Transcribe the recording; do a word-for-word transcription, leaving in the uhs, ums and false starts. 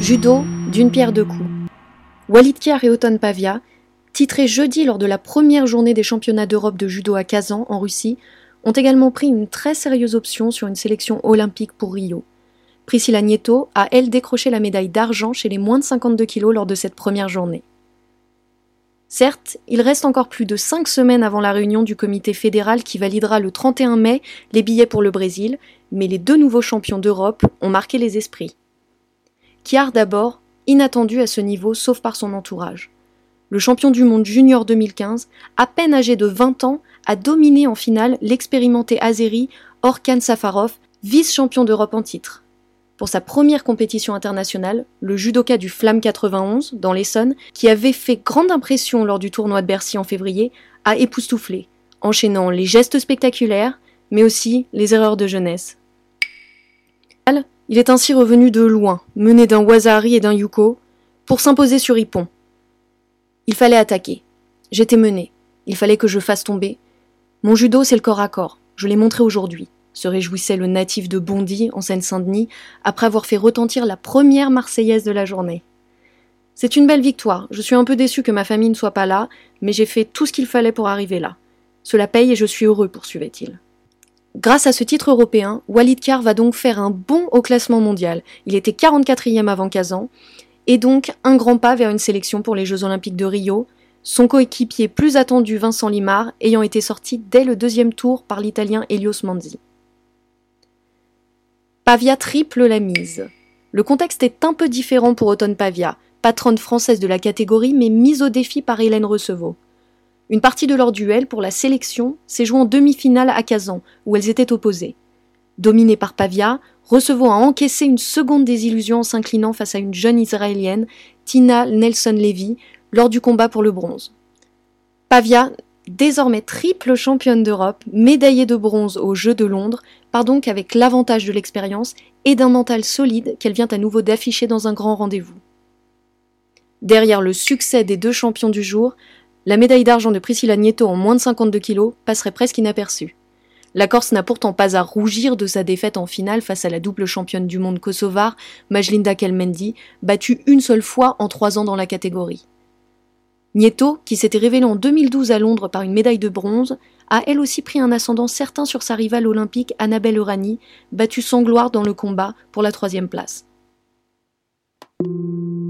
Judo d'une pierre deux coups. Walid Khiar et Oton Pavia, titrés jeudi lors de la première journée des championnats d'Europe de judo à Kazan, en Russie, ont également pris une très sérieuse option sur une sélection olympique pour Rio. Priscilla Nieto a, elle, décroché la médaille d'argent chez les moins de cinquante-deux kilos lors de cette première journée. Certes, il reste encore plus de cinq semaines avant la réunion du comité fédéral qui validera le trente et un mai les billets pour le Brésil, mais les deux nouveaux champions d'Europe ont marqué les esprits. Khiar d'abord, inattendu à ce niveau sauf par son entourage. Le champion du monde junior deux mille quinze, à peine âgé de vingt ans, a dominé en finale l'expérimenté azéri Orkan Safarov, vice-champion d'Europe en titre. Pour sa première compétition internationale, le judoka du Flamme quatre-vingt-onze, dans l'Essonne, qui avait fait grande impression lors du tournoi de Bercy en février, a époustouflé, enchaînant les gestes spectaculaires, mais aussi les erreurs de jeunesse. Il est ainsi revenu de loin, mené d'un Wazahari et d'un Yuko, pour s'imposer sur Ippon. Il fallait attaquer. J'étais mené. Il fallait que je fasse tomber. Mon judo, c'est le corps à corps. Je l'ai montré aujourd'hui, se réjouissait le natif de Bondy, en Seine-Saint-Denis, après avoir fait retentir la première Marseillaise de la journée. C'est une belle victoire. Je suis un peu déçu que ma famille ne soit pas là, mais j'ai fait tout ce qu'il fallait pour arriver là. Cela paye et je suis heureux, poursuivait-il. Grâce à ce titre européen, Walid Khiar va donc faire un bond au classement mondial. Il était quarante-quatrième avant Kazan, et donc un grand pas vers une sélection pour les Jeux Olympiques de Rio, son coéquipier plus attendu Vincent Limard ayant été sorti dès le deuxième tour par l'Italien Elios Manzi. Pavia triple la mise. Le contexte est un peu différent pour Oton Pavia, patronne française de la catégorie mais mise au défi par Hélène Recevaux. Une partie de leur duel pour la sélection s'est jouée en demi-finale à Kazan, où elles étaient opposées. Dominée par Pavia, Recevaux a encaissé une seconde désillusion en s'inclinant face à une jeune Israélienne, Tina Nelson-Levy, lors du combat pour le bronze. Pavia, désormais triple championne d'Europe, médaillée de bronze aux Jeux de Londres, part donc avec l'avantage de l'expérience et d'un mental solide qu'elle vient à nouveau d'afficher dans un grand rendez-vous. Derrière le succès des deux champions du jour, la médaille d'argent de Priscilla Nieto en moins de cinquante-deux kilos passerait presque inaperçue. La Corse n'a pourtant pas à rougir de sa défaite en finale face à la double championne du monde kosovare, Majlinda Kelmendi, battue une seule fois en trois ans dans la catégorie. Nieto, qui s'était révélée en deux mille douze à Londres par une médaille de bronze, a elle aussi pris un ascendant certain sur sa rivale olympique Annabelle Eurani, battue sans gloire dans le combat pour la troisième place.